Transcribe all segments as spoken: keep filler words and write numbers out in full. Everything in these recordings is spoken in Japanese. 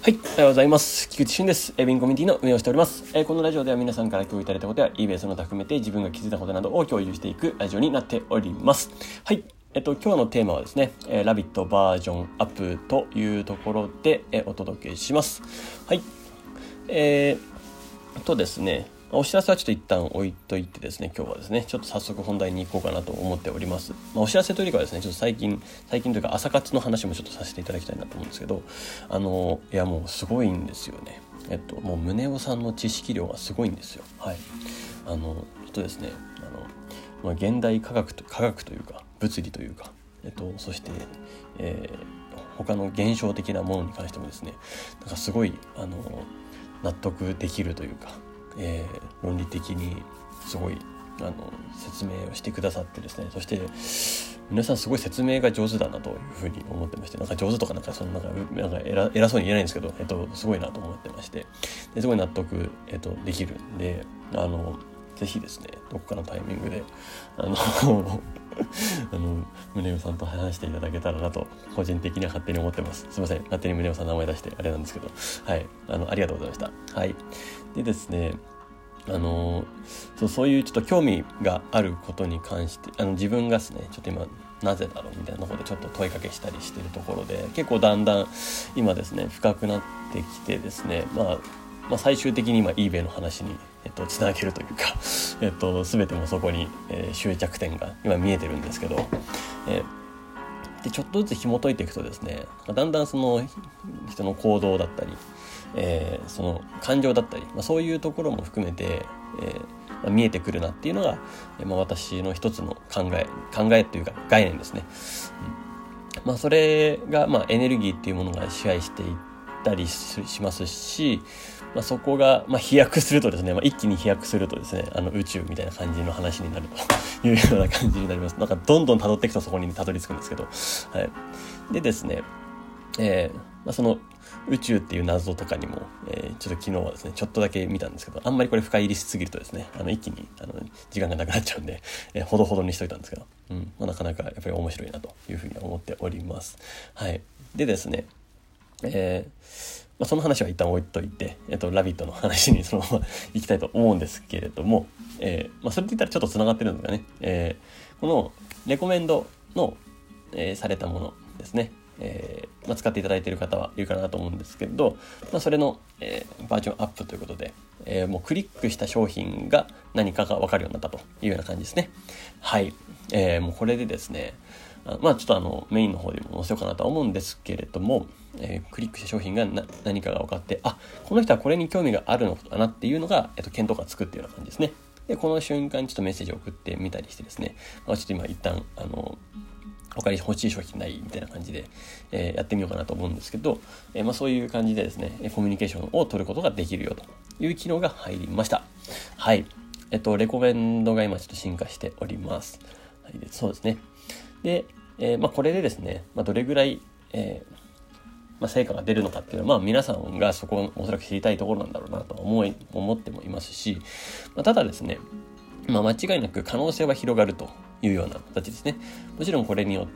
はい、おはようございます。菊池俊です。エビンコミュニティの運営をしております。えー、このラジオでは皆さんから共有いただいたことや eBay その他含めて自分が気づいたことなどを共有していくラジオになっております。はい、えっと今日のテーマはですね、えー、ラビットバージョンアップというところで、えー、お届けします。はい、えー、とですね。お知らせはちょっと一旦置いといてですね、今日はですねちょっと早速本題に行こうかなと思っております。まあ、お知らせというかはですね、ちょっと最近最近というか朝活の話もちょっとさせていただきたいなと思うんですけど、あのいやもうすごいんですよね。えっともう宗男さんの知識量がすごいんですよ。はい。あのちょっとですね、あのまあ、現代科学と科学というか物理というか、えっとそして、えー、他の現象的なものに関してもですね、なんかすごいあの納得できるというか。えー、論理的にすごいあの説明をしてくださってですね、そして皆さんすごい説明が上手だなというふうに思ってまして、なんか上手とかなんかそのなんかなんか 偉, 偉そうに言えないんですけど、えっとすごいなと思ってまして、ですごい納得、えっと、できるんで、あのぜひですねどこかのタイミングであのあの宗男さんと話していただけたらなと個人的には勝手に思ってます。すいません、勝手に宗男さんの名前出してあれなんですけど、はい、あのありがとうございました。はい。でですね、あのそう、そういうちょっと興味があることに関して、あの自分がですねちょっと今なぜだろうみたいなところでちょっと問いかけしたりしているところで、結構だんだん今ですね深くなってきてですね、まあ、まあ最終的に今 eBay の話に、えっと、つなげるというか、えっと、全てもそこに、えー、終着点が今見えてるんですけど、えー、でちょっとずつ紐解いていくとですね、だんだんその人の行動だったり、えー、その感情だったり、まあ、そういうところも含めて、えーまあ、見えてくるなっていうのが、えーまあ、私の一つの考え考えというか概念ですね。うん、まあ、それが、まあ、エネルギーっていうものが支配していったりしますし、まあ、そこが、まあ、飛躍するとですね、まあ、一気に飛躍するとですね、あの宇宙みたいな感じの話になるというような感じになります。なんかどんどん辿っていくとそこにたどり着くんですけど、はい。でですね、えーまあ、その宇宙っていう謎とかにも、えー、ちょっと昨日はですねちょっとだけ見たんですけど、あんまりこれ深入りしすぎるとですね、あの一気にあの時間がなくなっちゃうんで、えー、ほどほどにしといたんですけど、うんまあ、なかなかやっぱり面白いなというふうに思っております。はい。でですね、えーまあ、その話は一旦置いといて、えっと、ラビットの話にそのまま行きたいと思うんですけれども、えーまあ、それって言ったらちょっとつながってるんですがね、えー、このレコメンドの、えー、されたものですね、えーまあ、使っていただいている方はいるかなと思うんですけど、まあ、それの、えー、バージョンアップということで、えー、もうクリックした商品が何かが分かるようになったというような感じですね。はい、えー、もうこれでですね、あまあちょっとあのメインの方でも載せようかなとは思うんですけれども、えー、クリックした商品がな何かが分かって、あ、この人はこれに興味があるのかなっていうのが、えー、と見当がつくっていうような感じですね。でこの瞬間にちょっとメッセージを送ってみたりしてですね、まあ、ちょっと今一旦あの他に欲しい商品ないみたいな感じで、えー、やってみようかなと思うんですけど、えーまあ、そういう感じでですねコミュニケーションを取ることができるよという機能が入りました。はい。えっとレコメンドが今ちょっと進化しております。はい、でそうですね。で、えーまあ、これでですね、まあ、どれぐらい、えーまあ、成果が出るのかっていうのは、まあ、皆さんがそこをおそらく知りたいところなんだろうなと思い思ってもいますし、まあ、ただですね、まあ、間違いなく可能性は広がるというような形ですね。もちろんこれによって、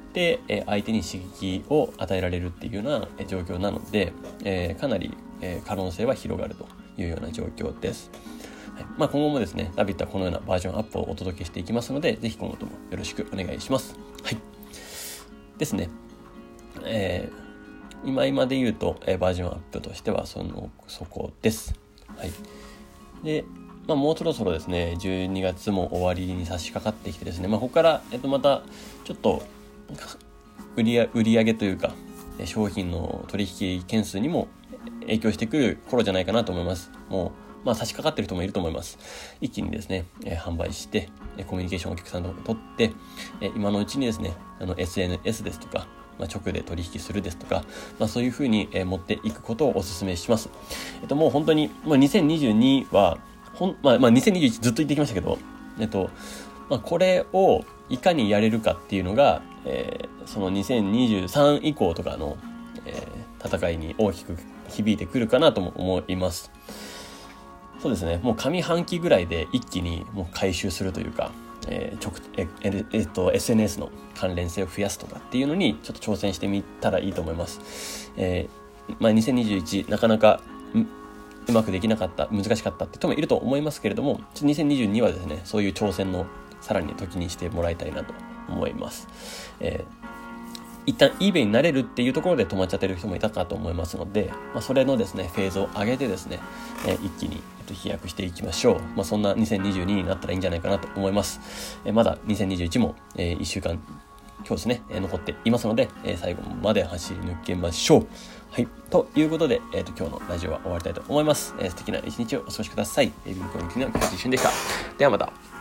えー、相手に刺激を与えられるっていうような状況なので、えー、かなり、えー、可能性は広がるというような状況です。はい。まあ、今後もですね、ラビットはこのようなバージョンアップをお届けしていきますので、ぜひ今後ともよろしくお願いします。はい。ですね。えー、今今で言うと、えー、バージョンアップとしてはそのそこです。はい。で、まあ、もうそろそろですねじゅうにがつも終わりに差し掛かってきてですね、まあ、ここから、えっと、またちょっと売り売り上げというか商品の取引件数にも影響してくる頃じゃないかなと思います。もう、まあ、差し掛かってる人もいると思います。一気にですね、えー、販売してコミュニケーションをお客さんと取って、えー、今のうちにですねあの エスエヌエス ですとか、まあ、直で取引するですとか、まあ、そういうふうに、えー、持っていくことをお勧めします。えっと、もう本当に、まあ、にせんにじゅうにはほん、まあ、まあ、にせんにじゅういちずっと言ってきましたけど、えっとまあ、これをいかにやれるかっていうのが、えー、そのにせんにじゅうさん以降とかの、えー、戦いに大きく響いてくるかなとも思います。そうですね、もう上半期ぐらいで一気にもう回収するというか、えー、直えええっと エスエヌエス の関連性を増やすとかっていうのにちょっと挑戦してみたらいいと思います。えまあ、にせんにじゅういちなかなかうまくできなかった、難しかったって人もいると思いますけれども、ちょっとにせんにじゅうにはですね、そういう挑戦のさらに時にしてもらいたいなと思います。えー一旦 eBay になれるっていうところで止まっちゃってる人もいたかと思いますので、まあ、それのですねフェーズを上げてですね、えー、一気に、えっと、飛躍していきましょう。まあ、そんなにせんにじゅうにになったらいいんじゃないかなと思います。えー、まだにせんにじゅういちも、えー、いっしゅうかん今日ですね、えー、残っていますので、えー、最後まで走り抜けましょう。はい、ということで、えー、と今日のラジオは終わりたいと思います。えー、素敵な一日をお過ごしください。エビンコミュニティの菊池俊でした。ではまた。